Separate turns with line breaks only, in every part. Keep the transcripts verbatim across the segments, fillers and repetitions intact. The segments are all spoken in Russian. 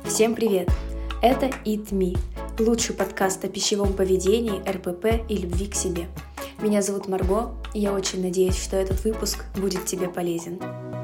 Всем привет! Это Eat Me, лучший подкаст о пищевом поведении, эр пэ пэ и любви к себе. Меня зовут Марго, и я очень надеюсь, что этот выпуск будет тебе полезен.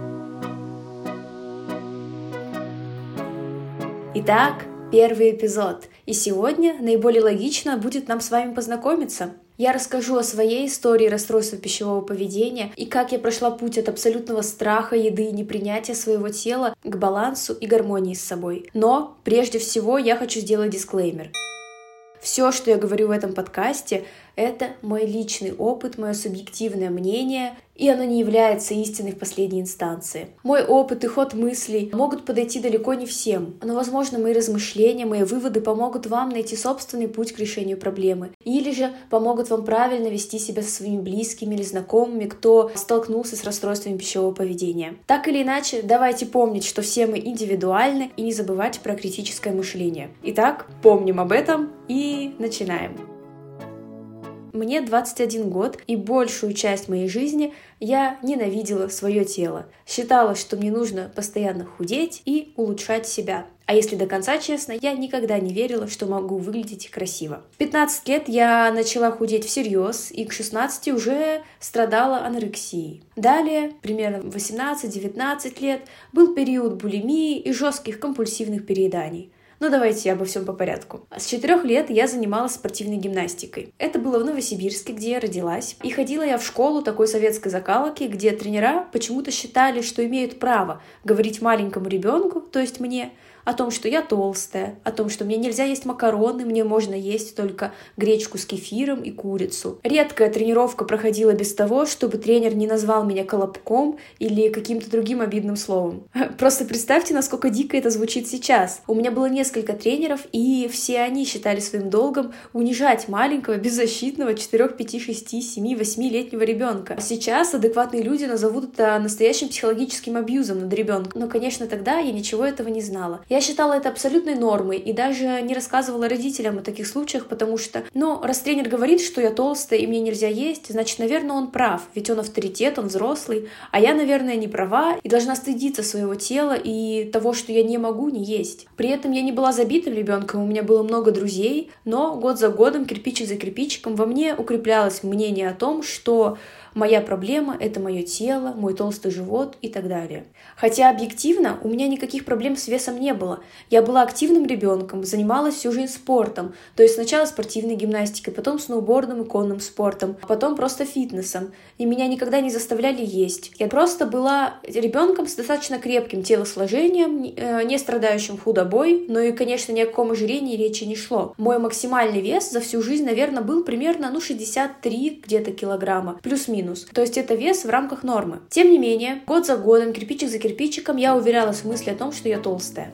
Итак, первый эпизод. И сегодня наиболее логично будет нам с вами познакомиться. Я расскажу о своей истории расстройства пищевого поведения и как я прошла путь от абсолютного страха еды и непринятия своего тела к балансу и гармонии с собой. Но прежде всего я хочу сделать дисклеймер. Все, что я говорю в этом подкасте, это мой личный опыт, мое субъективное мнение, и оно не является истиной в последней инстанции. Мой опыт и ход мыслей могут подойти далеко не всем, но, возможно, мои размышления, мои выводы помогут вам найти собственный путь к решению проблемы, или же помогут вам правильно вести себя со своими близкими или знакомыми, кто столкнулся с расстройствами пищевого поведения. Так или иначе, давайте помнить, что все мы индивидуальны, и не забывать про критическое мышление. Итак, помним об этом и начинаем. Мне двадцать один год, и большую часть моей жизни я ненавидела свое тело. Считала, что мне нужно постоянно худеть и улучшать себя. А если до конца честно, я никогда не верила, что могу выглядеть красиво. В пятнадцать лет я начала худеть всерьез, и к шестнадцати уже страдала анорексией. Далее, примерно в восемнадцать-девятнадцать лет, был период булимии и жестких компульсивных перееданий. Но давайте обо всем по порядку. С четырех лет я занималась спортивной гимнастикой. Это было в Новосибирске, где я родилась. И ходила я в школу такой советской закалки, где тренера почему-то считали, что имеют право говорить маленькому ребенку, то есть мне, о том, что я толстая, о том, что мне нельзя есть макароны, мне можно есть только гречку с кефиром и курицу. Редкая тренировка проходила без того, чтобы тренер не назвал меня колобком или каким-то другим обидным словом. Просто представьте, насколько дико это звучит сейчас. У меня было несколько тренеров, и все они считали своим долгом унижать маленького, беззащитного четыре, пять, шесть, семь, восьмилетнего ребенка. Сейчас адекватные люди назовут это настоящим психологическим абьюзом над ребенком. Но, конечно, тогда я ничего этого не знала. Я считала это абсолютной нормой и даже не рассказывала родителям о таких случаях, потому что, ну, раз тренер говорит, что я толстая и мне нельзя есть, значит, наверное, он прав, ведь он авторитет, он взрослый, а я, наверное, не права и должна стыдиться своего тела и того, что я не могу не есть. При этом я не была забитым ребенком, у меня было много друзей, но год за годом, кирпичик за кирпичиком во мне укреплялось мнение о том, что моя проблема — это мое тело, мой толстый живот и так далее. Хотя объективно у меня никаких проблем с весом не было. Я была активным ребенком, занималась всю жизнь спортом. То есть сначала спортивной гимнастикой, потом сноубордом и конным спортом, потом просто фитнесом. И меня никогда не заставляли есть. Я просто была ребенком с достаточно крепким телосложением, не страдающим худобой, но и, конечно, ни о каком ожирении речи не шло. Мой максимальный вес за всю жизнь, наверное, был примерно ну, шестьдесят три где-то килограмма, плюс-минус. То есть это вес в рамках нормы. Тем не менее, год за годом, кирпичик за кирпичиком, я уверялась в мысли о том, что я толстая.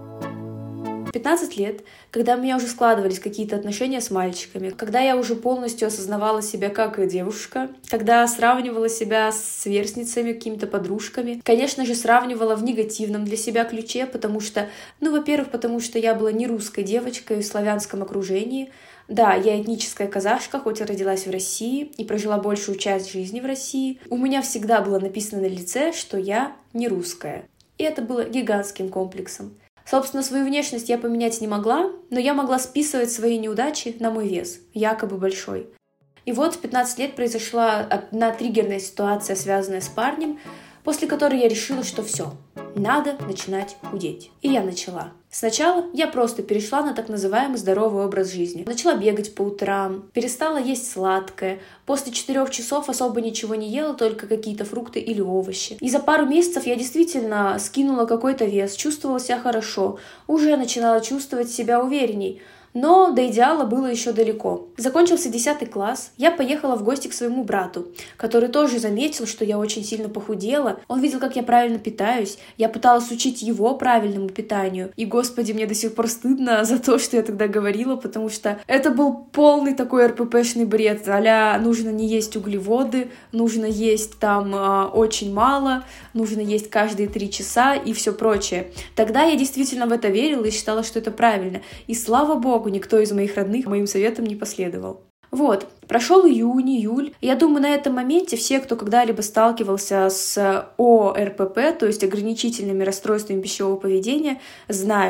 В пятнадцать лет, когда у меня уже складывались какие-то отношения с мальчиками, когда я уже полностью осознавала себя как девушка, когда сравнивала себя с сверстницами, какими-то подружками, конечно же, сравнивала в негативном для себя ключе, потому что, ну, во-первых, потому что я была не русской девочкой в славянском окружении. Да, я этническая казашка, хоть и родилась в России и прожила большую часть жизни в России. У меня всегда было написано на лице, что я не русская. И это было гигантским комплексом. Собственно, свою внешность я поменять не могла, но я могла списывать свои неудачи на мой вес, якобы большой. И вот в пятнадцать лет произошла одна триггерная ситуация, связанная с парнем, после которой я решила, что все, надо начинать худеть. И я начала. Сначала я просто перешла на так называемый здоровый образ жизни. Начала бегать по утрам, перестала есть сладкое. После четырех часов особо ничего не ела, только какие-то фрукты или овощи. И за пару месяцев я действительно скинула какой-то вес, чувствовала себя хорошо, уже начинала чувствовать себя уверенней. Но до идеала было еще далеко. Закончился десятый класс, я поехала в гости к своему брату, который тоже заметил, что я очень сильно похудела. Он видел, как я правильно питаюсь. Я пыталась учить его правильному питанию. И, господи, мне до сих пор стыдно за то, что я тогда говорила, потому что это был полный такой эр пэ пэ-шный бред. А-ля нужно не есть углеводы, нужно есть там э, очень мало, нужно есть каждые три часа и все прочее. Тогда я действительно в это верила и считала, что это правильно. И слава богу, никто из моих родных моим советам не последовал. Вот, прошел июнь, июль. Я думаю, на этом моменте все, кто когда-либо сталкивался с о эр пэ пэ, то есть ограничительными расстройствами пищевого поведения, знают.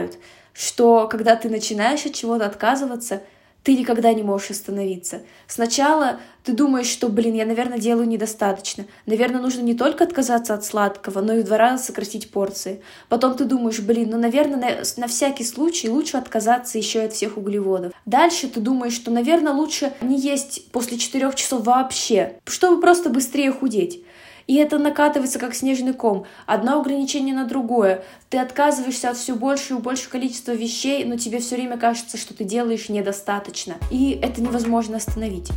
что когда ты начинаешь от чего-то отказываться, ты никогда не можешь остановиться. Сначала ты думаешь, что, блин, я, наверное, делаю недостаточно. Наверное, нужно не только отказаться от сладкого, но и в два раза сократить порции. Потом ты думаешь, блин, ну, наверное, на, на всякий случай лучше отказаться еще и от всех углеводов. Дальше ты думаешь, что, наверное, лучше не есть после четырех часов вообще, чтобы просто быстрее худеть. И это накатывается как снежный ком. Одно ограничение на другое. Ты отказываешься от все больше и больше количества вещей, но тебе все время кажется, что ты делаешь недостаточно. И это невозможно остановить.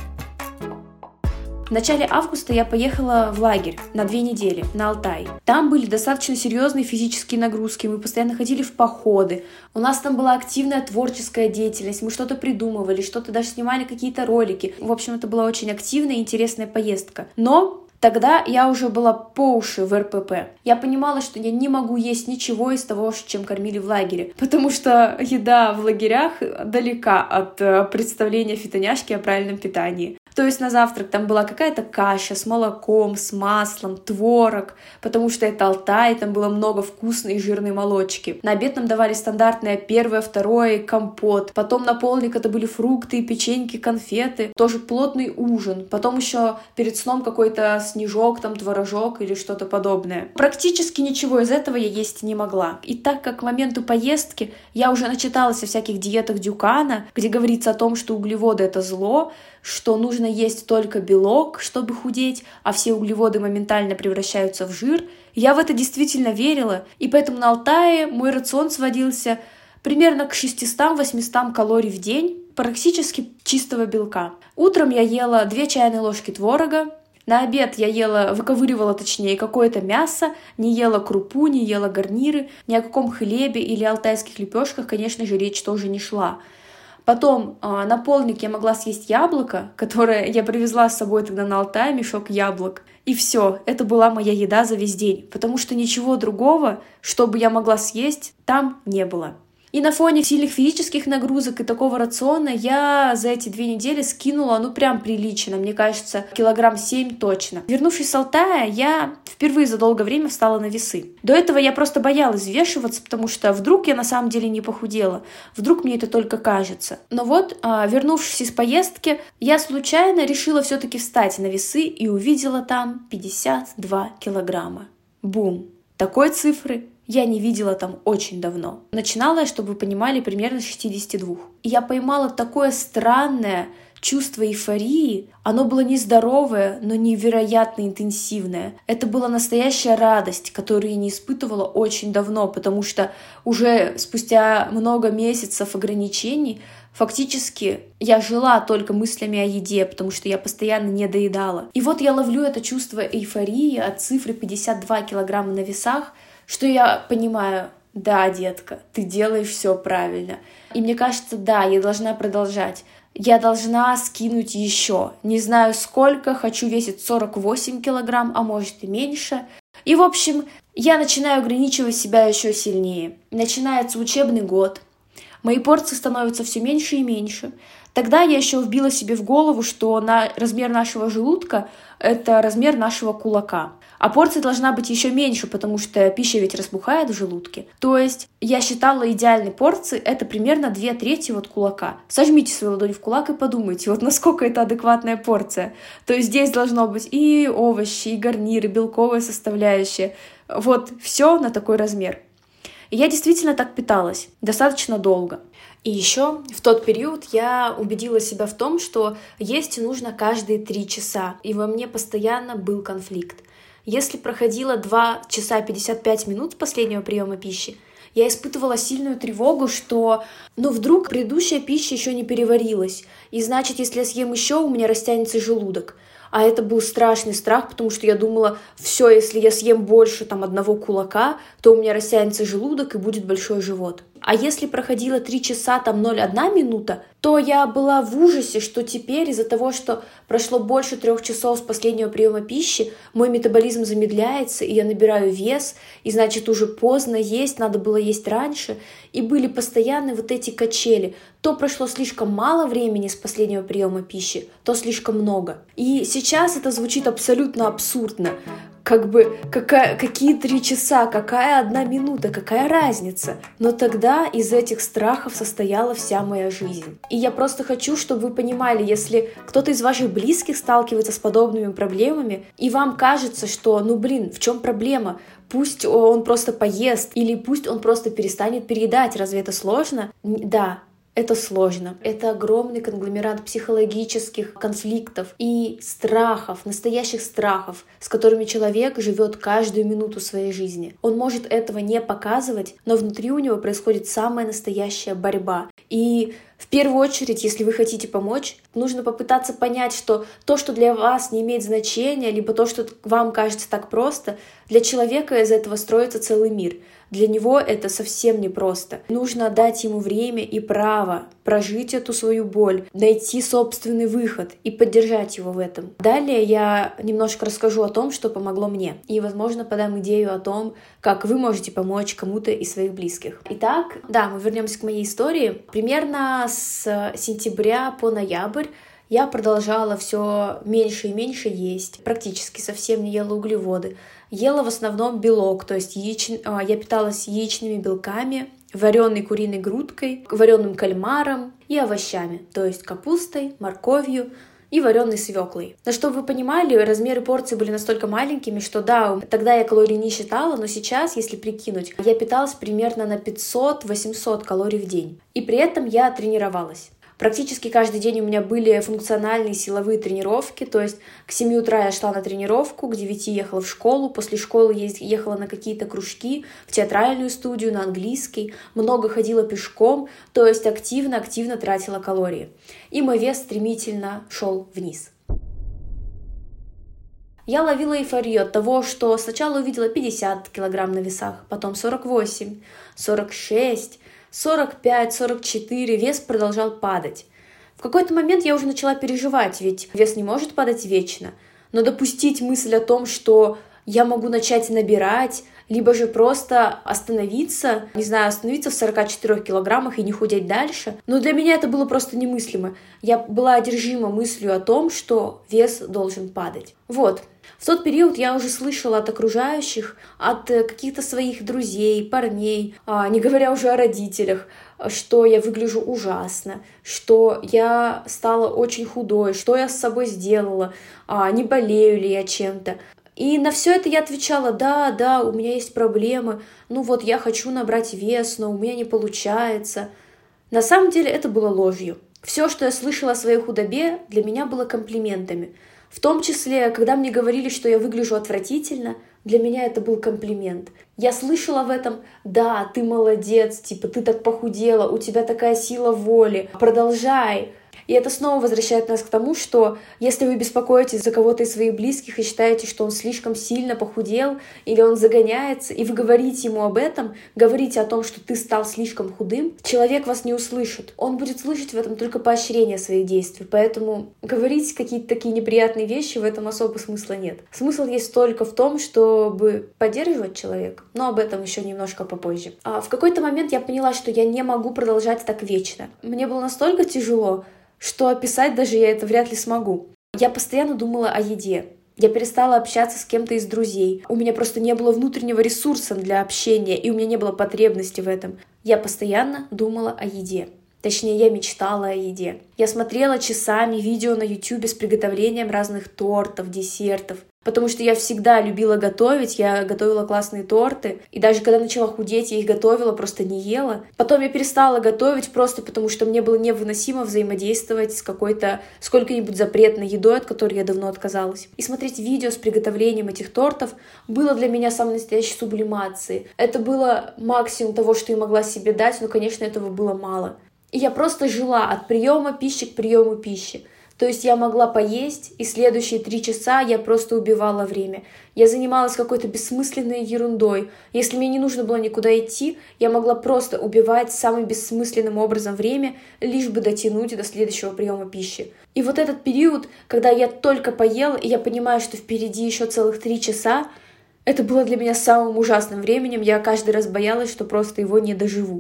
В начале августа я поехала в лагерь на две недели, на Алтай. Там были достаточно серьезные физические нагрузки, мы постоянно ходили в походы. У нас там была активная творческая деятельность, мы что-то придумывали, что-то даже снимали какие-то ролики. В общем, это была очень активная и интересная поездка. Но тогда я уже была по уши в эр пэ пэ. Я понимала, что я не могу есть ничего из того, чем кормили в лагере, потому что еда в лагерях далека от представления фитоняшки о правильном питании. То есть на завтрак там была какая-то каша с молоком, с маслом, творог, потому что это Алтай, там было много вкусной и жирной молочки. На обед нам давали стандартное первое, второе, компот. Потом на полдник это были фрукты, печеньки, конфеты. Тоже плотный ужин. Потом еще перед сном какой-то снежок, там творожок или что-то подобное. Практически ничего из этого я есть не могла. И так как к моменту поездки я уже начиталась о всяких диетах Дюкана, где говорится о том, что углеводы — это зло, что нужно есть только белок, чтобы худеть, а все углеводы моментально превращаются в жир, я в это действительно верила, и поэтому на Алтае мой рацион сводился примерно к шестистам-восьмистам калорий в день, практически чистого белка. Утром я ела две чайные ложки творога, на обед я ела, выковыривала точнее какое-то мясо, не ела крупу, не ела гарниры, ни о каком хлебе или алтайских лепешках, конечно же, речь тоже не шла. Потом э, на полдник я могла съесть яблоко, которое я привезла с собой тогда на Алтай, мешок яблок. И все, это была моя еда за весь день, потому что ничего другого, чтобы я могла съесть, там не было. И на фоне сильных физических нагрузок и такого рациона я за эти две недели скинула, ну прям прилично, мне кажется, килограмм семь точно. Вернувшись с Алтая, я впервые за долгое время встала на весы. До этого я просто боялась взвешиваться, потому что вдруг я на самом деле не похудела, вдруг мне это только кажется. Но вот, вернувшись из поездки, я случайно решила все-таки встать на весы и увидела там пятьдесят два килограмма. Бум! Такой цифры я не видела там очень давно. Начинала я, чтобы вы понимали, примерно с шестидесяти двух. И я поймала такое странное чувство эйфории. Оно было нездоровое, но невероятно интенсивное. Это была настоящая радость, которую я не испытывала очень давно, потому что уже спустя много месяцев ограничений фактически я жила только мыслями о еде, потому что я постоянно не доедала. И вот я ловлю это чувство эйфории от цифры пятьдесят два килограмма на весах, что я понимаю, да, детка, ты делаешь все правильно. И мне кажется, да, я должна продолжать. Я должна скинуть еще. Не знаю сколько, хочу весить сорок восемь килограмм, а может и меньше. И, в общем, я начинаю ограничивать себя еще сильнее. Начинается учебный год. Мои порции становятся все меньше и меньше. Тогда я еще вбила себе в голову, что на размер нашего желудка — это размер нашего кулака. А порция должна быть еще меньше, потому что пища ведь разбухает в желудке. То есть я считала идеальной порцией — это примерно две трети от кулака. Сожмите свою ладонь в кулак и подумайте, вот насколько это адекватная порция. То есть здесь должно быть и овощи, и гарниры, белковая составляющая. Вот все на такой размер. И я действительно так питалась достаточно долго. И еще в тот период я убедила себя в том, что есть нужно каждые три часа, и во мне постоянно был конфликт. Если проходило два часа пятьдесят пять минут последнего приема пищи, я испытывала сильную тревогу, что ну вдруг предыдущая пища еще не переварилась, и значит, если я съем еще, у меня растянется желудок. А это был страшный страх, потому что я думала, все, если я съем больше там одного кулака, то у меня растянется желудок и будет большой живот. А если проходило три часа, там ноль целых одна минута, то я была в ужасе, что теперь из-за того, что прошло больше трех часов с последнего приема пищи, мой метаболизм замедляется, и я набираю вес, и значит уже поздно есть, надо было есть раньше. И были постоянные вот эти качели. То прошло слишком мало времени с последнего приема пищи, то слишком много. И сейчас это звучит абсолютно абсурдно. Как бы, какая, какие три часа, какая одна минута, какая разница? Но тогда из этих страхов состояла вся моя жизнь. И я просто хочу, чтобы вы понимали, если кто-то из ваших близких сталкивается с подобными проблемами, и вам кажется, что, ну блин, в чем проблема? Пусть он просто поест, или пусть он просто перестанет переедать, разве это сложно? Да. Это сложно. Это огромный конгломерат психологических конфликтов и страхов, настоящих страхов, с которыми человек живет каждую минуту своей жизни. Он может этого не показывать, но внутри у него происходит самая настоящая борьба. И в первую очередь, если вы хотите помочь, нужно попытаться понять, что то, что для вас не имеет значения, либо то, что вам кажется так просто, для человека из этого строится целый мир. Для него это совсем непросто. Нужно дать ему время и право прожить эту свою боль, найти собственный выход и поддержать его в этом. Далее я немножко расскажу о том, что помогло мне. И, возможно, подам идею о том, как вы можете помочь кому-то из своих близких. Итак, да, мы вернемся к моей истории. Примерно с сентября по ноябрь я продолжала все меньше и меньше есть. Практически совсем не ела углеводы. Ела в основном белок, то есть яич... я питалась яичными белками, вареной куриной грудкой, вареным кальмаром и овощами, то есть капустой, морковью и вареной свеклой. Но чтобы вы понимали, размеры порций были настолько маленькими, что да, тогда я калорий не считала, но сейчас, если прикинуть, я питалась примерно на пятьсот-восемьсот калорий в день. И при этом я тренировалась. Практически каждый день у меня были функциональные силовые тренировки, то есть к семи утра я шла на тренировку, к девяти ехала в школу, после школы ехала на какие-то кружки, в театральную студию, на английский, много ходила пешком, то есть активно-активно тратила калории. И мой вес стремительно шел вниз. Я ловила эйфорию от того, что сначала увидела пятьдесят килограмм на весах, потом сорок восемь, сорок шесть, сорок пять, сорок четыре, вес продолжал падать. В какой-то момент я уже начала переживать, ведь вес не может падать вечно. Но допустить мысль о том, что я могу начать набирать, либо же просто остановиться, не знаю, остановиться в сорока четырёх килограммах и не худеть дальше, но для меня это было просто немыслимо. Я была одержима мыслью о том, что вес должен падать. Вот. В тот период я уже слышала от окружающих, от каких-то своих друзей, парней, не говоря уже о родителях, что я выгляжу ужасно, что я стала очень худой, что я с собой сделала, не болею ли я чем-то. И на все это я отвечала: да, да, у меня есть проблемы, ну вот я хочу набрать вес, но у меня не получается. На самом деле это было ложью. Все, что я слышала о своей худобе, для меня было комплиментами. В том числе, когда мне говорили, что я выгляжу отвратительно, для меня это был комплимент. Я слышала в этом: да, ты молодец, типа ты так похудела, у тебя такая сила воли, продолжай. И это снова возвращает нас к тому, что если вы беспокоитесь за кого-то из своих близких и считаете, что он слишком сильно похудел или он загоняется, и вы говорите ему об этом, говорите о том, что ты стал слишком худым, человек вас не услышит. Он будет слышать в этом только поощрение своих действий. Поэтому говорить какие-то такие неприятные вещи, в этом особо смысла нет. Смысл есть только в том, чтобы поддерживать человека, но об этом еще немножко попозже. А в какой-то момент я поняла, что я не могу продолжать так вечно. Мне было настолько тяжело, что описать даже я это вряд ли смогу. Я постоянно думала о еде. Я перестала общаться с кем-то из друзей. У меня просто не было внутреннего ресурса для общения, и у меня не было потребности в этом. Я постоянно думала о еде. Точнее, я мечтала о еде. Я смотрела часами видео на ютубе с приготовлением разных тортов, десертов. Потому что я всегда любила готовить, я готовила классные торты. И даже когда начала худеть, я их готовила, просто не ела. Потом я перестала готовить просто потому, что мне было невыносимо взаимодействовать с какой-то сколько-нибудь запретной едой, от которой я давно отказалась. И смотреть видео с приготовлением этих тортов было для меня самой настоящей сублимацией. Это было максимум того, что я могла себе дать, но, конечно, этого было мало. И я просто жила от приема пищи к приему пищи. То есть я могла поесть, и следующие три часа я просто убивала время. Я занималась какой-то бессмысленной ерундой. Если мне не нужно было никуда идти, я могла просто убивать самым бессмысленным образом время, лишь бы дотянуть до следующего приема пищи. И вот этот период, когда я только поела, и я понимаю, что впереди еще целых три часа, это было для меня самым ужасным временем. Я каждый раз боялась, что просто его не доживу.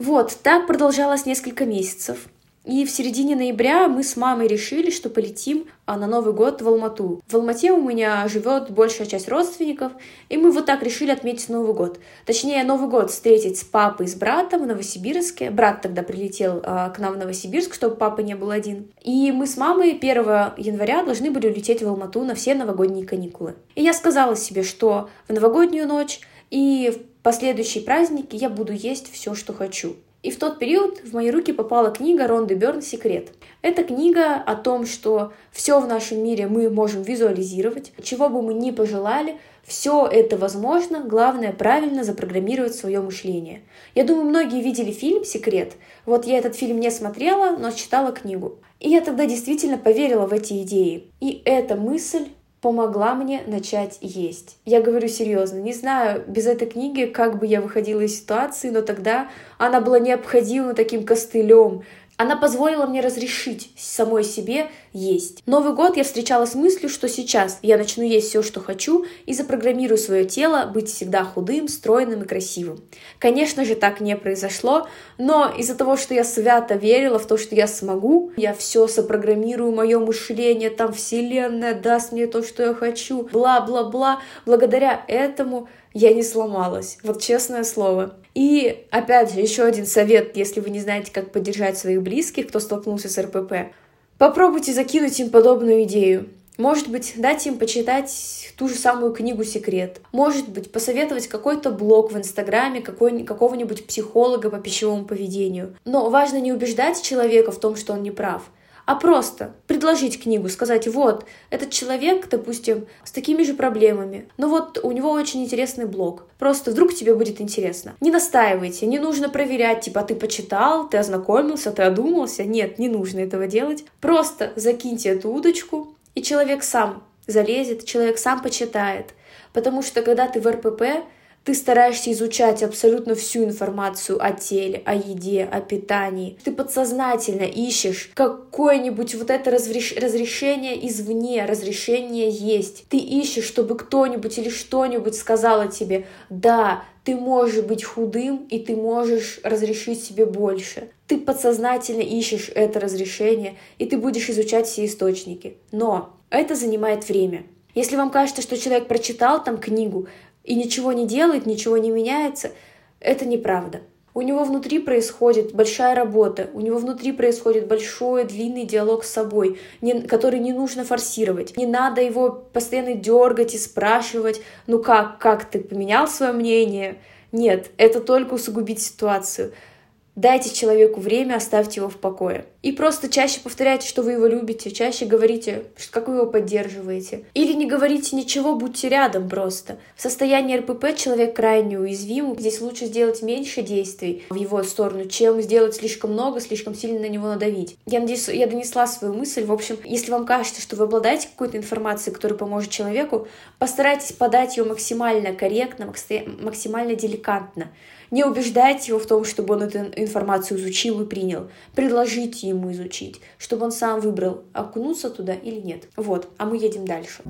Вот, так продолжалось несколько месяцев. И в середине ноября мы с мамой решили, что полетим на Новый год в Алмату. В Алмате у меня живет большая часть родственников, и мы вот так решили отметить Новый год. Точнее, Новый год встретить с папой и с братом в Новосибирске. Брат тогда прилетел а, к нам в Новосибирск, чтобы папа не был один. И мы с мамой первого января должны были улететь в Алмату на все новогодние каникулы. И я сказала себе, что в новогоднюю ночь и в последующие праздники я буду есть все, что хочу. И в тот период в мои руки попала книга Ронды Бёрн «Секрет». Это книга о том, что все в нашем мире мы можем визуализировать, чего бы мы ни пожелали, все это возможно, главное правильно запрограммировать свое мышление. Я думаю, многие видели фильм «Секрет». Вот я этот фильм не смотрела, но читала книгу. И я тогда действительно поверила в эти идеи. И эта мысль помогла мне начать есть. Я говорю серьезно, не знаю, без этой книги, как бы я выходила из ситуации, но тогда она была необходимым таким костылем. Она позволила мне разрешить самой себе есть. Новый год я встречала с мыслью, что сейчас я начну есть все, что хочу, и запрограммирую свое тело быть всегда худым, стройным и красивым. Конечно же, так не произошло, но из-за того, что я свято верила в то, что я смогу, я все запрограммирую, мое мышление, там вселенная даст мне то, что я хочу, бла-бла-бла. Благодаря этому я не сломалась, вот честное слово. И, опять же, еще один совет, если вы не знаете, как поддержать своих близких, кто столкнулся с эр пэ пэ. Попробуйте закинуть им подобную идею. Может быть, дать им почитать ту же самую книгу «Секрет». Может быть, посоветовать какой-то блог в Инстаграме какой- какого-нибудь психолога по пищевому поведению. Но важно не убеждать человека в том, что он не прав, а просто предложить книгу, сказать: вот, этот человек, допустим, с такими же проблемами, но вот у него очень интересный блог, просто вдруг тебе будет интересно. Не настаивайте, не нужно проверять, типа, ты почитал, ты ознакомился, ты одумался. Нет, не нужно этого делать. Просто закиньте эту удочку, и человек сам залезет, человек сам почитает. Потому что когда ты в эр пэ пэ, ты стараешься изучать абсолютно всю информацию о теле, о еде, о питании. Ты подсознательно ищешь какое-нибудь вот это разреш... разрешение извне, разрешение есть. Ты ищешь, чтобы кто-нибудь или что-нибудь сказало тебе: да, ты можешь быть худым, и ты можешь разрешить себе больше. Ты подсознательно ищешь это разрешение, и ты будешь изучать все источники. Но это занимает время. Если вам кажется, что человек прочитал там книгу и ничего не делает, ничего не меняется, это неправда. У него внутри происходит большая работа, у него внутри происходит большой длинный диалог с собой, не, который не нужно форсировать. Не надо его постоянно дергать и спрашивать: ну как, как ты поменял свое мнение? Нет, это только усугубит ситуацию. Дайте человеку время, оставьте его в покое. И просто чаще повторяйте, что вы его любите, чаще говорите, как вы его поддерживаете. Или не говорите ничего, будьте рядом просто. В состоянии эр пэ пэ человек крайне уязвим. Здесь лучше сделать меньше действий в его сторону, чем сделать слишком много, слишком сильно на него надавить. Я надеюсь, я донесла свою мысль. В общем, если вам кажется, что вы обладаете какой-то информацией, которая поможет человеку, постарайтесь подать ее максимально корректно, максимально деликатно. Не убеждайте его в том, чтобы он эту информацию изучил и принял. Предложите ему изучить, чтобы он сам выбрал, окунуться туда или нет. Вот, а мы едем дальше.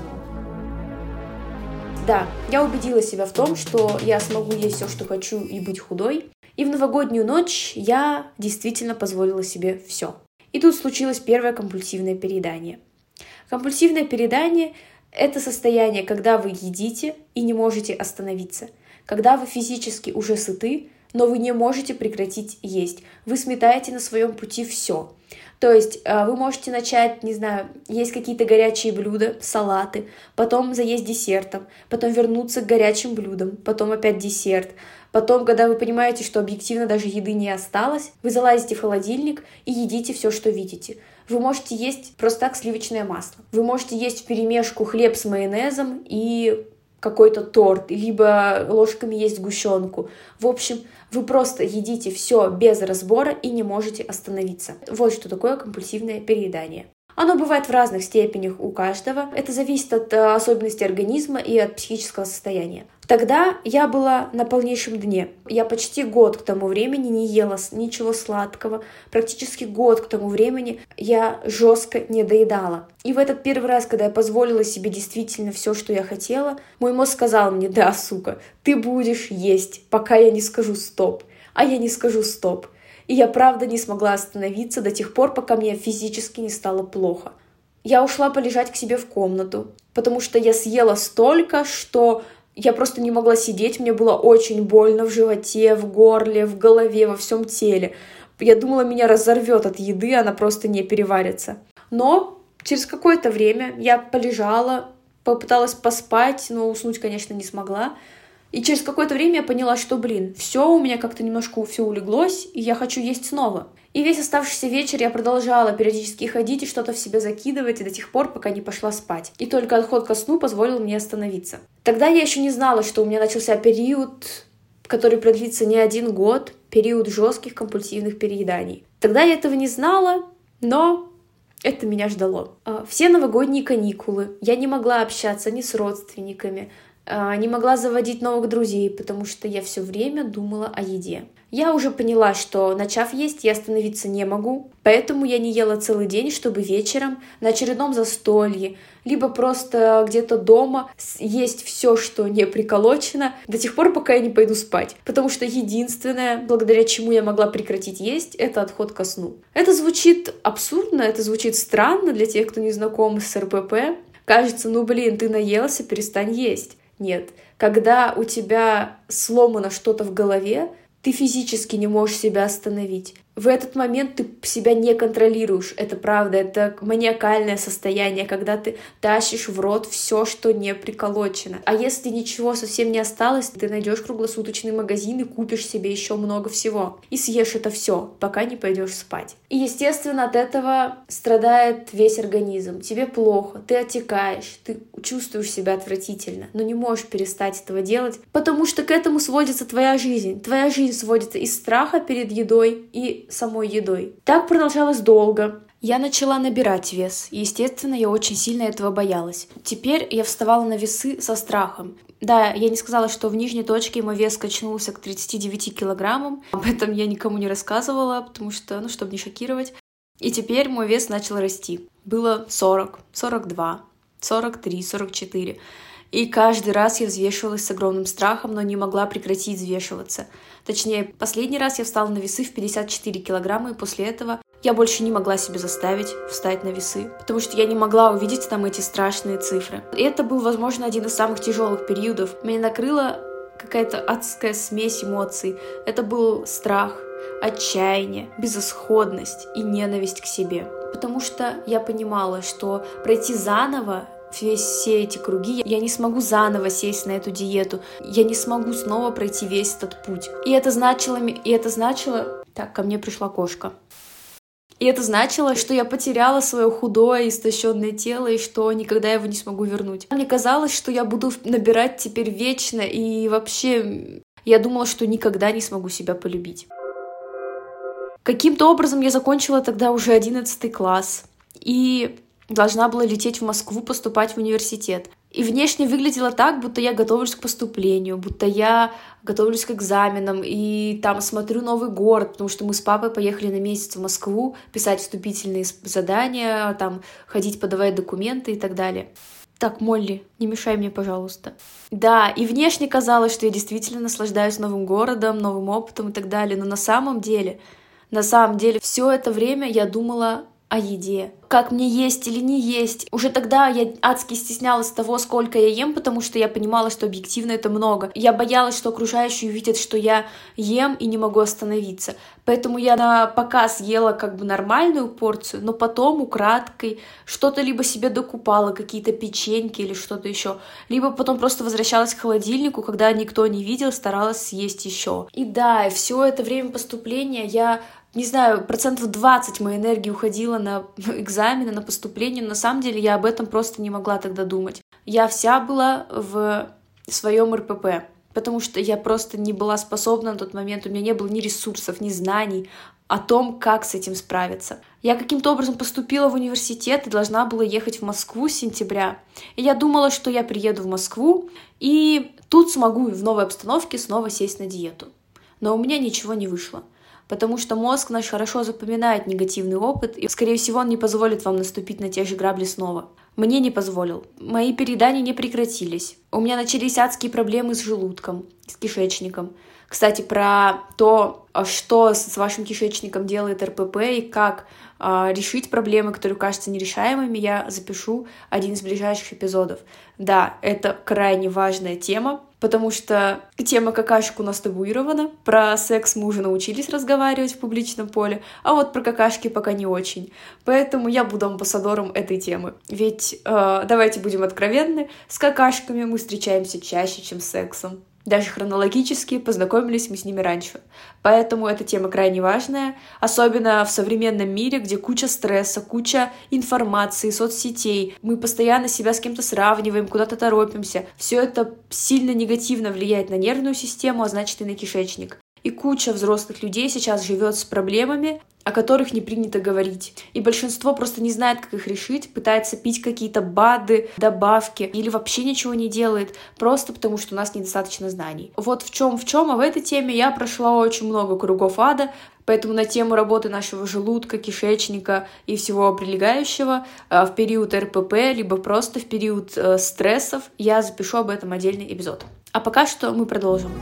Да, я убедила себя в том, что я смогу есть все, что хочу, и быть худой. И в новогоднюю ночь я действительно позволила себе все. И тут случилось первое компульсивное переедание. Компульсивное переедание – это состояние, когда вы едите и не можете остановиться. Когда вы физически уже сыты, но вы не можете прекратить есть. Вы сметаете на своем пути все. То есть вы можете начать, не знаю, есть какие-то горячие блюда, салаты, потом заесть десертом, потом вернуться к горячим блюдам, потом опять десерт. Потом, когда вы понимаете, что объективно даже еды не осталось, вы залазите в холодильник и едите все, что видите. Вы можете есть просто так сливочное масло. Вы можете есть вперемешку хлеб с майонезом и какой-то торт, либо ложками есть сгущенку. В общем, вы просто едите все без разбора и не можете остановиться. Вот что такое компульсивное переедание. Оно бывает в разных степенях у каждого. Это зависит от особенностей организма и от психического состояния. Тогда я была на полнейшем дне. Я почти год к тому времени не ела ничего сладкого. Практически год к тому времени я жестко не доедала. И в этот первый раз, когда я позволила себе действительно все, что я хотела, мой мозг сказал мне: да, сука, ты будешь есть, пока я не скажу стоп. а я не скажу «стоп». И я правда не смогла остановиться до тех пор, пока мне физически не стало плохо. Я ушла полежать к себе в комнату, потому что я съела столько, что я просто не могла сидеть, мне было очень больно в животе, в горле, в голове, во всем теле. Я думала, меня разорвет от еды, она просто не переварится. Но через какое-то время я полежала, попыталась поспать, но уснуть, конечно, не смогла. И через какое-то время я поняла, что, блин, все у меня как-то немножко все улеглось, и я хочу есть снова. И весь оставшийся вечер я продолжала периодически ходить и что-то в себя закидывать, и до тех пор, пока не пошла спать. И только отход ко сну позволил мне остановиться. Тогда я еще не знала, что у меня начался период, который продлится не один год, период жестких компульсивных перееданий. Тогда я этого не знала, но это меня ждало. Все новогодние каникулы я не могла общаться ни с родственниками, не могла заводить новых друзей, потому что я все время думала о еде. Я уже поняла, что, начав есть, я остановиться не могу, поэтому я не ела целый день, чтобы вечером на очередном застолье, либо просто где-то дома есть все, что не приколочено, до тех пор, пока я не пойду спать. Потому что единственное, благодаря чему я могла прекратить есть, это отход ко сну. Это звучит абсурдно, это звучит странно для тех, кто не знаком с эр пэ пэ. Кажется, ну блин, ты наелся, перестань есть. Нет, когда у тебя сломано что-то в голове, ты физически не можешь себя остановить. В этот момент ты себя не контролируешь. Это правда, это маниакальное состояние, когда ты тащишь в рот все, что не приколочено. А если ничего совсем не осталось, ты найдешь круглосуточный магазин и купишь себе еще много всего. И съешь это все, пока не пойдешь спать. И, естественно, от этого страдает весь организм. Тебе плохо, ты отекаешь, ты чувствуешь себя отвратительно, но не можешь перестать этого делать, потому что к этому сводится твоя жизнь. Твоя жизнь сводится из страха перед едой и самой едой. Так продолжалось долго. Я начала набирать вес, и, естественно, я очень сильно этого боялась. Теперь я вставала на весы со страхом. Да, я не сказала, что в нижней точке мой вес качнулся к тридцати девяти килограммам. Об этом я никому не рассказывала, потому что, ну, чтобы не шокировать. И теперь мой вес начал расти. Было сорок, сорок два, сорок три, сорок четыре. И каждый раз я взвешивалась с огромным страхом, но не могла прекратить взвешиваться. Точнее, последний раз я встала на весы в пятьдесят четыре килограмма, и после этого я больше не могла себя заставить встать на весы, потому что я не могла увидеть там эти страшные цифры. И это был, возможно, один из самых тяжелых периодов. Меня накрыла какая-то адская смесь эмоций. Это был страх, отчаяние, безысходность и ненависть к себе. Потому что я понимала, что пройти заново все эти круги, я не смогу заново сесть на эту диету, я не смогу снова пройти весь этот путь. И это значило, и это значило... Так, ко мне пришла кошка. И это значило, что я потеряла свое худое, истощенное тело, и что никогда его не смогу вернуть. Мне казалось, что я буду набирать теперь вечно, и вообще я думала, что никогда не смогу себя полюбить. Каким-то образом я закончила тогда уже одиннадцатый класс, и должна была лететь в Москву, поступать в университет. И внешне выглядело так, будто я готовлюсь к поступлению, будто я готовлюсь к экзаменам и там смотрю новый город, потому что мы с папой поехали на месяц в Москву писать вступительные задания, там ходить подавать документы и так далее. Так, Молли, не мешай мне, пожалуйста. Да, и внешне казалось, что я действительно наслаждаюсь новым городом, новым опытом и так далее, но на самом деле, на самом деле, все это время я думала о еде. Как мне есть или не есть. Уже тогда я адски стеснялась того, сколько я ем, потому что я понимала, что объективно это много. Я боялась, что окружающие увидят, что я ем и не могу остановиться. Поэтому я на показ ела как бы нормальную порцию, но потом украдкой что-то либо себе докупала, какие-то печеньки или что-то еще, либо потом просто возвращалась к холодильнику, когда никто не видел, старалась съесть еще. И да, и все это время поступления я... Не знаю, процентов двадцать моей энергии уходило на экзамены, на поступление. Но на самом деле я об этом просто не могла тогда думать. Я вся была в своем эр пэ пэ, потому что я просто не была способна на тот момент. У меня не было ни ресурсов, ни знаний о том, как с этим справиться. Я каким-то образом поступила в университет и должна была ехать в Москву с сентября. И я думала, что я приеду в Москву и тут смогу в новой обстановке снова сесть на диету. Но у меня ничего не вышло. Потому что мозг наш хорошо запоминает негативный опыт, и, скорее всего, он не позволит вам наступить на те же грабли снова. мне не позволил. Мои переедания не прекратились. У меня начались адские проблемы с желудком, с кишечником. Кстати, про то, что с вашим кишечником делает эр пэ пэ и как э, решить проблемы, которые кажутся нерешаемыми, я запишу один из ближайших эпизодов. Да, это крайне важная тема, потому что тема какашек у нас табуирована. Про секс мы уже научились разговаривать в публичном поле, а вот про какашки пока не очень. Поэтому я буду амбассадором этой темы. Ведь, э, давайте будем откровенны, с какашками мы встречаемся чаще, чем с сексом. Даже хронологически познакомились мы с ними раньше. Поэтому эта тема крайне важная, особенно в современном мире, где куча стресса, куча информации, соцсетей. Мы постоянно себя с кем-то сравниваем, куда-то торопимся. Все это сильно негативно влияет на нервную систему, а значит и на кишечник. И куча взрослых людей сейчас живет с проблемами, о которых не принято говорить. И большинство просто не знает, как их решить, пытается пить какие-то БАДы, добавки или вообще ничего не делает, просто потому что у нас недостаточно знаний. Вот в чем в чем, а в этой теме я прошла очень много кругов ада, поэтому на тему работы нашего желудка, кишечника и всего прилегающего в период эр пэ пэ, либо просто в период стрессов я запишу об этом отдельный эпизод. А пока что мы продолжим.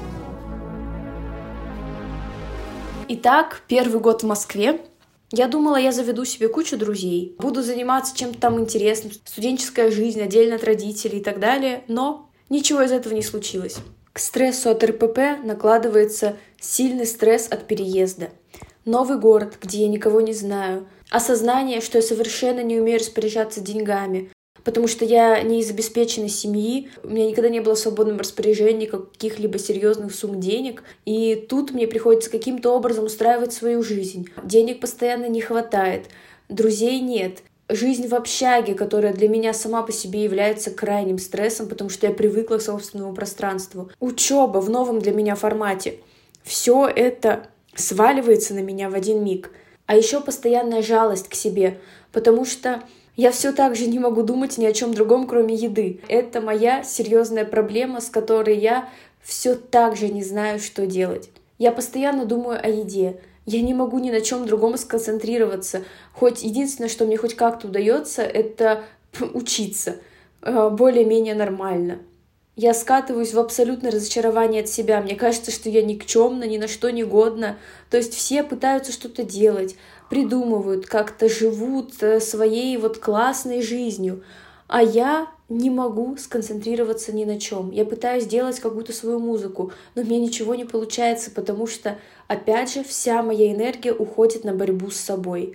Итак, первый год в Москве. Я думала, я заведу себе кучу друзей, буду заниматься чем-то там интересным, студенческая жизнь, отдельно от родителей и так далее, но ничего из этого не случилось. К стрессу от эр пэ пэ накладывается сильный стресс от переезда. Новый город, где я никого не знаю, осознание, что я совершенно не умею распоряжаться деньгами, потому что я не из обеспеченной семьи, у меня никогда не было в свободном распоряжении каких-либо серьезных сумм денег, и тут мне приходится каким-то образом устраивать свою жизнь. Денег постоянно не хватает, друзей нет. Жизнь в общаге, которая для меня сама по себе является крайним стрессом, потому что я привыкла к собственному пространству. Учеба в новом для меня формате. Все это сваливается на меня в один миг. А еще постоянная жалость к себе, потому что я все так же не могу думать ни о чем другом, кроме еды. Это моя серьезная проблема, с которой я все так же не знаю, что делать. Я постоянно думаю о еде. Я не могу ни на чем другом сконцентрироваться. Хоть единственное, что мне хоть как-то удается, это учиться более-менее нормально. Я скатываюсь в абсолютное разочарование от себя. Мне кажется, что я никчемна, ни на что не годна. То есть все пытаются что-то делать, придумывают, как-то живут своей вот классной жизнью. А я не могу сконцентрироваться ни на чем. Я пытаюсь делать какую-то свою музыку, но у меня ничего не получается, потому что, опять же, вся моя энергия уходит на борьбу с собой.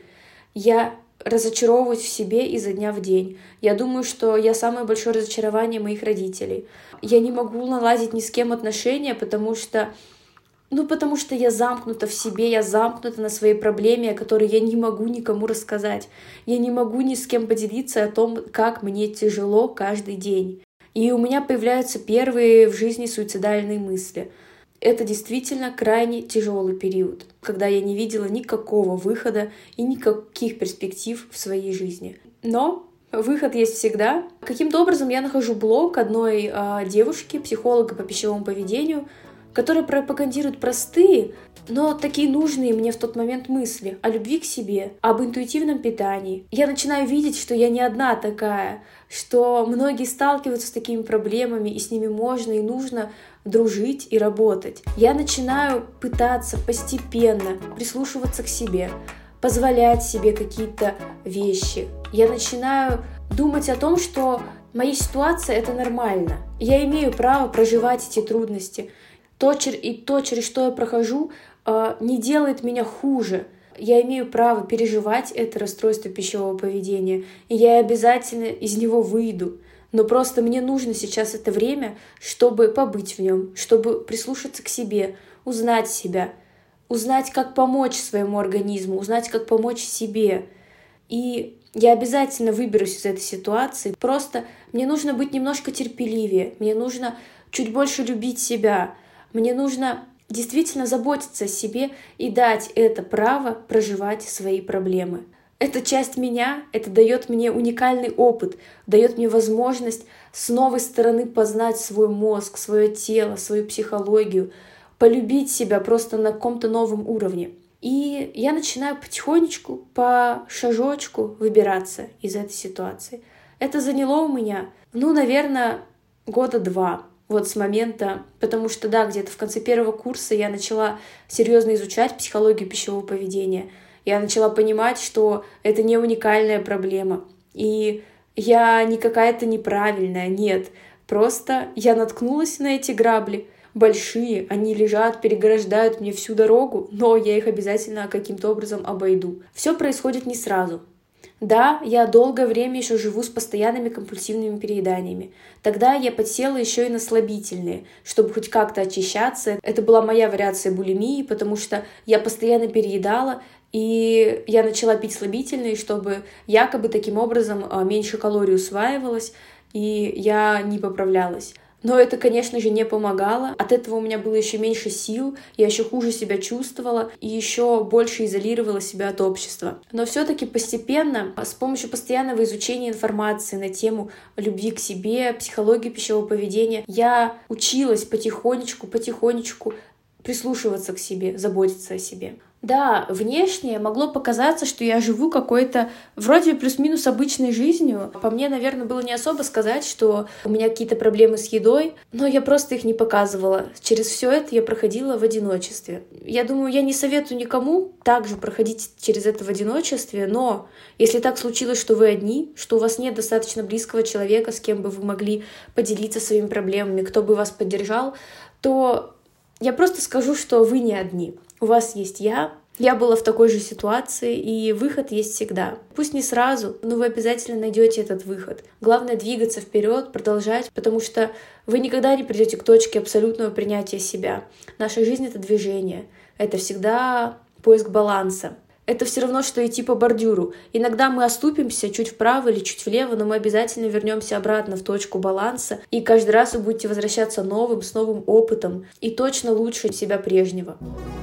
Я разочаровываюсь в себе изо дня в день. Я думаю, что я самое большое разочарование моих родителей. Я не могу наладить ни с кем отношения, потому что Ну, потому что я замкнута в себе, я замкнута на своей проблеме, о которой я не могу никому рассказать. Я не могу ни с кем поделиться о том, как мне тяжело каждый день. И у меня появляются первые в жизни суицидальные мысли. Это действительно крайне тяжелый период, когда я не видела никакого выхода и никаких перспектив в своей жизни. Но выход есть всегда. Каким-то образом я нахожу блог одной э, девушки, психолога по пищевому поведению, которые пропагандируют простые, но такие нужные мне в тот момент мысли о любви к себе, об интуитивном питании. Я начинаю видеть, что я не одна такая, что многие сталкиваются с такими проблемами, и с ними можно и нужно дружить и работать. Я начинаю пытаться постепенно прислушиваться к себе, позволять себе какие-то вещи. Я начинаю думать о том, что моя ситуация — это нормально. Я имею право проживать эти трудности. То, и то, через что я прохожу, не делает меня хуже. Я имею право переживать это расстройство пищевого поведения, и я обязательно из него выйду. Но просто мне нужно сейчас это время, чтобы побыть в нем, чтобы прислушаться к себе, узнать себя, узнать, как помочь своему организму, узнать, как помочь себе. И я обязательно выберусь из этой ситуации. Просто мне нужно быть немножко терпеливее, мне нужно чуть больше любить себя. Мне нужно действительно заботиться о себе и дать это право проживать свои проблемы. Это часть меня, это дает мне уникальный опыт, дает мне возможность с новой стороны познать свой мозг, свое тело, свою психологию, полюбить себя просто на каком-то новом уровне. И я начинаю потихонечку, по шажочку выбираться из этой ситуации. Это заняло у меня, ну, наверное, года два. Вот с момента, потому что, да, где-то в конце первого курса я начала серьезно изучать психологию пищевого поведения. Я начала понимать, что это не уникальная проблема. И я не какая-то неправильная, нет. Просто я наткнулась на эти грабли. Большие, они лежат, переграждают мне всю дорогу, но я их обязательно каким-то образом обойду. Все происходит не сразу. Да, я долгое время еще живу с постоянными компульсивными перееданиями. Тогда я подсела еще и на слабительные, чтобы хоть как-то очищаться. Это была моя вариация булимии, потому что я постоянно переедала, и я начала пить слабительные, чтобы якобы таким образом меньше калорий усваивалось, и я не поправлялась. Но это, конечно же, не помогало. От этого у меня было еще меньше сил, я еще хуже себя чувствовала и еще больше изолировала себя от общества. Но все-таки постепенно, с помощью постоянного изучения информации на тему любви к себе, психологии пищевого поведения, я училась потихонечку, потихонечку прислушиваться к себе, заботиться о себе. Да, внешне могло показаться, что я живу какой-то вроде плюс-минус обычной жизнью. По мне, наверное, было не особо сказать, что у меня какие-то проблемы с едой, но я просто их не показывала. Через все это я проходила в одиночестве. Я думаю, я не советую никому также проходить через это в одиночестве, но если так случилось, что вы одни, что у вас нет достаточно близкого человека, с кем бы вы могли поделиться своими проблемами, кто бы вас поддержал, то я просто скажу, что вы не одни. У вас есть я, я была в такой же ситуации, и выход есть всегда. Пусть не сразу, но вы обязательно найдете этот выход. Главное двигаться вперед, продолжать, потому что вы никогда не придете к точке абсолютного принятия себя. Наша жизнь — это движение, это всегда поиск баланса. Это все равно, что идти по бордюру. Иногда мы оступимся чуть вправо или чуть влево, но мы обязательно вернемся обратно в точку баланса, и каждый раз вы будете возвращаться новым, с новым опытом, и точно лучше себя прежнего.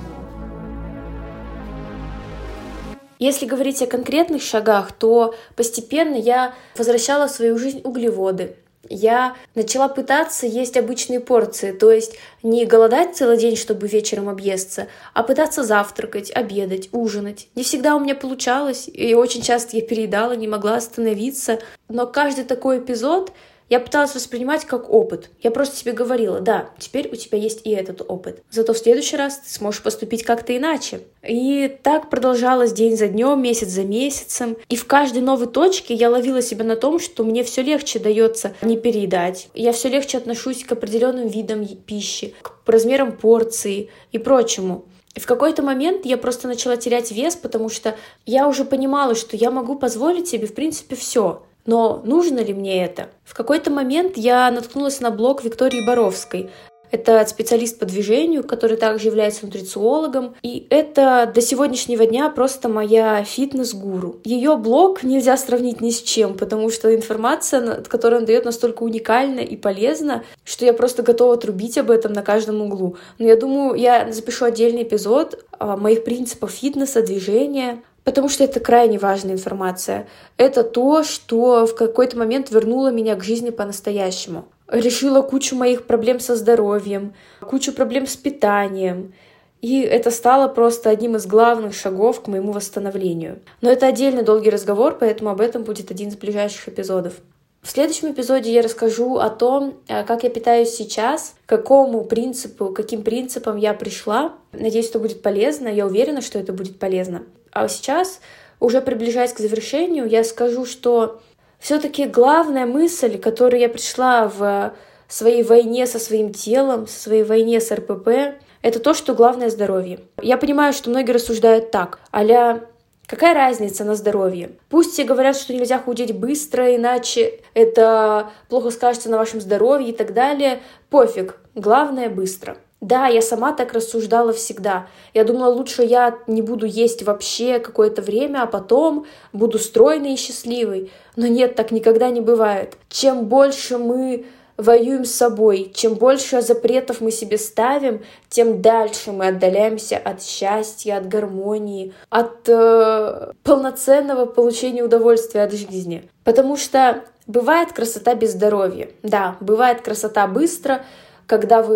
Если говорить о конкретных шагах, то постепенно я возвращала в свою жизнь углеводы. Я начала пытаться есть обычные порции, то есть не голодать целый день, чтобы вечером объесться, а пытаться завтракать, обедать, ужинать. Не всегда у меня получалось, и очень часто я переедала, не могла остановиться. Но каждый такой эпизод я пыталась воспринимать как опыт. Я просто себе говорила: да, теперь у тебя есть и этот опыт. Зато в следующий раз ты сможешь поступить как-то иначе. И так продолжалось день за днем, месяц за месяцем. И в каждой новой точке я ловила себя на том, что мне все легче дается не переедать. Я все легче отношусь к определенным видам пищи, к размерам порции и прочему. И в какой-то момент я просто начала терять вес, потому что я уже понимала, что я могу позволить себе, в принципе, все. Но нужно ли мне это? В какой-то момент я наткнулась на блог Виктории Боровской. Это специалист по движению, который также является нутрициологом. И это до сегодняшнего дня просто моя фитнес-гуру. Ее блог нельзя сравнить ни с чем, потому что информация, которую он дает, настолько уникальна и полезна, что я просто готова трубить об этом на каждом углу. Но я думаю, я запишу отдельный эпизод моих принципов фитнеса, движения, потому что это крайне важная информация. Это то, что в какой-то момент вернуло меня к жизни по-настоящему. Решила кучу моих проблем со здоровьем, кучу проблем с питанием. И это стало просто одним из главных шагов к моему восстановлению. Но это отдельный долгий разговор, поэтому об этом будет один из ближайших эпизодов. В следующем эпизоде я расскажу о том, как я питаюсь сейчас, к какому принципу, каким принципам я пришла. Надеюсь, это будет полезно, я уверена, что это будет полезно. А сейчас, уже приближаясь к завершению, я скажу, что все-таки главная мысль, к которой я пришла в своей войне со своим телом, в своей войне с эр пэ пэ, это то, что главное — здоровье. Я понимаю, что многие рассуждают так: а-ля, какая разница на здоровье? Пусть все говорят, что нельзя худеть быстро, иначе это плохо скажется на вашем здоровье и так далее. Пофиг, главное — быстро. Да, я сама так рассуждала всегда. Я думала, лучше я не буду есть вообще какое-то время, а потом буду стройной и счастливой. Но нет, так никогда не бывает. Чем больше мы воюем с собой, чем больше запретов мы себе ставим, тем дальше мы отдаляемся от счастья, от гармонии, от э, полноценного получения удовольствия от жизни. Потому что бывает красота без здоровья. Да, бывает красота быстро, когда вы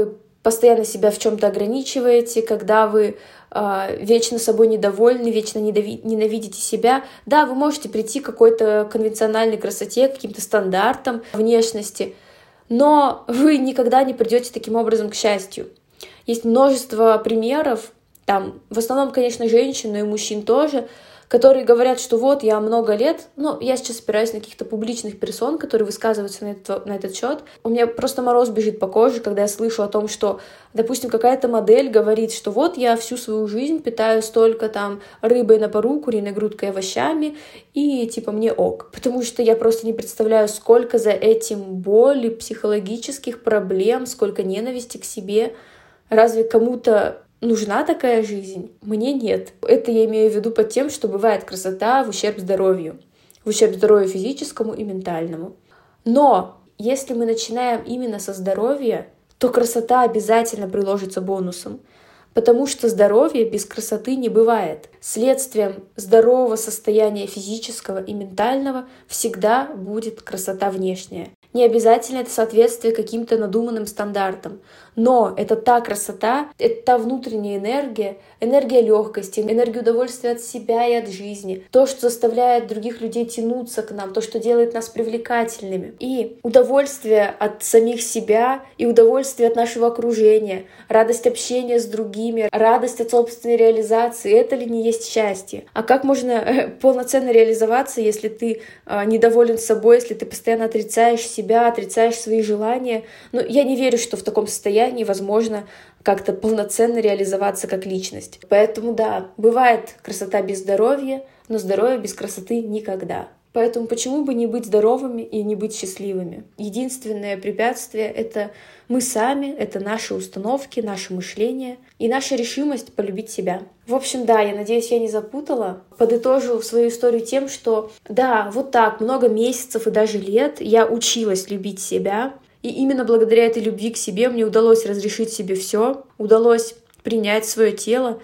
постоянно себя в чем-то ограничиваете, когда вы э, вечно собой недовольны, вечно недови- ненавидите себя. Да, вы можете прийти к какой-то конвенциональной красоте, к каким-то стандартам внешности, но вы никогда не придете таким образом к счастью. Есть множество примеров, там, в основном, конечно, женщин, но и мужчин тоже, которые говорят, что вот, я много лет, ну, я сейчас опираюсь на каких-то публичных персон, которые высказываются на этот, на этот счет. У меня просто мороз бежит по коже, когда я слышу о том, что, допустим, какая-то модель говорит, что вот я всю свою жизнь питаюсь только там рыбой на пару, куриной грудкой, овощами, и типа мне ок. Потому что я просто не представляю, сколько за этим боли, психологических проблем, сколько ненависти к себе. Разве кому-то нужна такая жизнь? Мне нет. Это я имею в виду под тем, что бывает красота в ущерб здоровью. В ущерб здоровью физическому и ментальному. Но если мы начинаем именно со здоровья, то красота обязательно приложится бонусом. Потому что здоровье без красоты не бывает. Следствием здорового состояния физического и ментального всегда будет красота внешняя. Не обязательно это соответствие каким-то надуманным стандартам, но это та красота, это та внутренняя энергия, энергия легкости, энергия удовольствия от себя и от жизни, то, что заставляет других людей тянуться к нам, то, что делает нас привлекательными. И удовольствие от самих себя и удовольствие от нашего окружения, радость общения с другими, радость от собственной реализации — это ли не есть счастье? А как можно полноценно реализоваться, если ты недоволен собой, если ты постоянно отрицаешь себя, себя, отрицаешь свои желания. Но я не верю, что в таком состоянии возможно как-то полноценно реализоваться как личность. Поэтому да, бывает красота без здоровья, но здоровье без красоты никогда. Поэтому почему бы не быть здоровыми и не быть счастливыми? Единственное препятствие — это мы сами, это наши установки, наше мышление и наша решимость полюбить себя. В общем, да, я надеюсь, я не запутала. Подытожу свою историю тем, что да, вот так много месяцев и даже лет я училась любить себя. И именно благодаря этой любви к себе мне удалось разрешить себе все, удалось принять свое тело,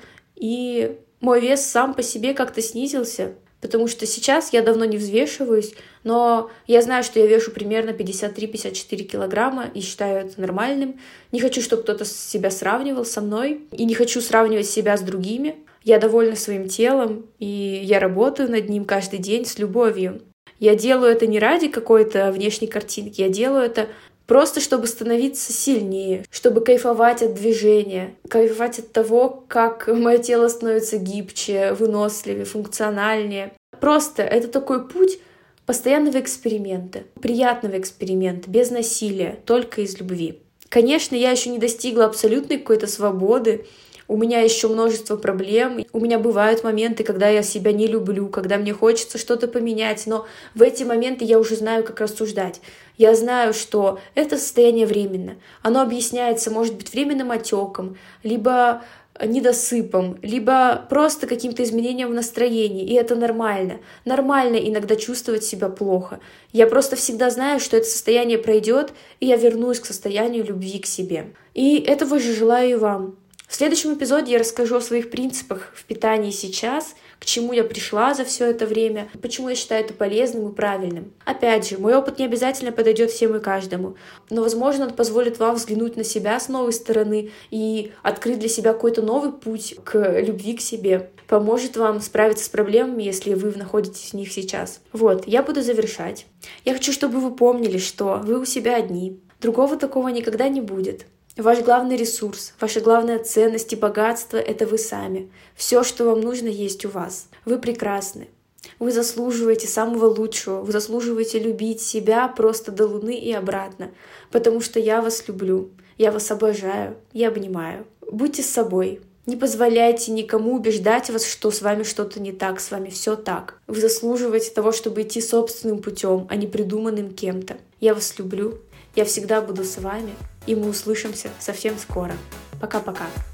и мой вес сам по себе как-то снизился. Потому что сейчас я давно не взвешиваюсь, но я знаю, что я вешу примерно пятьдесят три - пятьдесят четыре килограмма и считаю это нормальным. Не хочу, чтобы кто-то себя сравнивал со мной, и не хочу сравнивать себя с другими. Я довольна своим телом, и я работаю над ним каждый день с любовью. Я делаю это не ради какой-то внешней картинки, я делаю это просто чтобы становиться сильнее, чтобы кайфовать от движения, кайфовать от того, как мое тело становится гибче, выносливее, функциональнее. Просто это такой путь постоянного эксперимента, приятного эксперимента, без насилия, только из любви. Конечно, я еще не достигла абсолютной какой-то свободы, у меня еще множество проблем, у меня бывают моменты, когда я себя не люблю, когда мне хочется что-то поменять, но в эти моменты я уже знаю, как рассуждать. Я знаю, что это состояние временно. Оно объясняется, может быть, временным отеком, либо недосыпом, либо просто каким-то изменением в настроении, и это нормально. Нормально иногда чувствовать себя плохо. Я просто всегда знаю, что это состояние пройдет, и я вернусь к состоянию любви к себе. И этого же желаю и вам. В следующем эпизоде я расскажу о своих принципах в питании сейчас, к чему я пришла за все это время, почему я считаю это полезным и правильным. Опять же, мой опыт не обязательно подойдет всем и каждому, но, возможно, он позволит вам взглянуть на себя с новой стороны и открыть для себя какой-то новый путь к любви к себе. Поможет вам справиться с проблемами, если вы находитесь в них сейчас. Вот, я буду завершать. Я хочу, чтобы вы помнили, что вы у себя одни. Другого такого никогда не будет. Ваш главный ресурс, ваша главная ценность и богатство — это вы сами. Все, что вам нужно, есть у вас. Вы прекрасны. Вы заслуживаете самого лучшего. Вы заслуживаете любить себя просто до луны и обратно. Потому что я вас люблю. Я вас обожаю. Я обнимаю. Будьте с собой. Не позволяйте никому убеждать вас, что с вами что-то не так, с вами все так. Вы заслуживаете того, чтобы идти собственным путем, а не придуманным кем-то. Я вас люблю. Я всегда буду с вами. И мы услышимся совсем скоро. Пока-пока.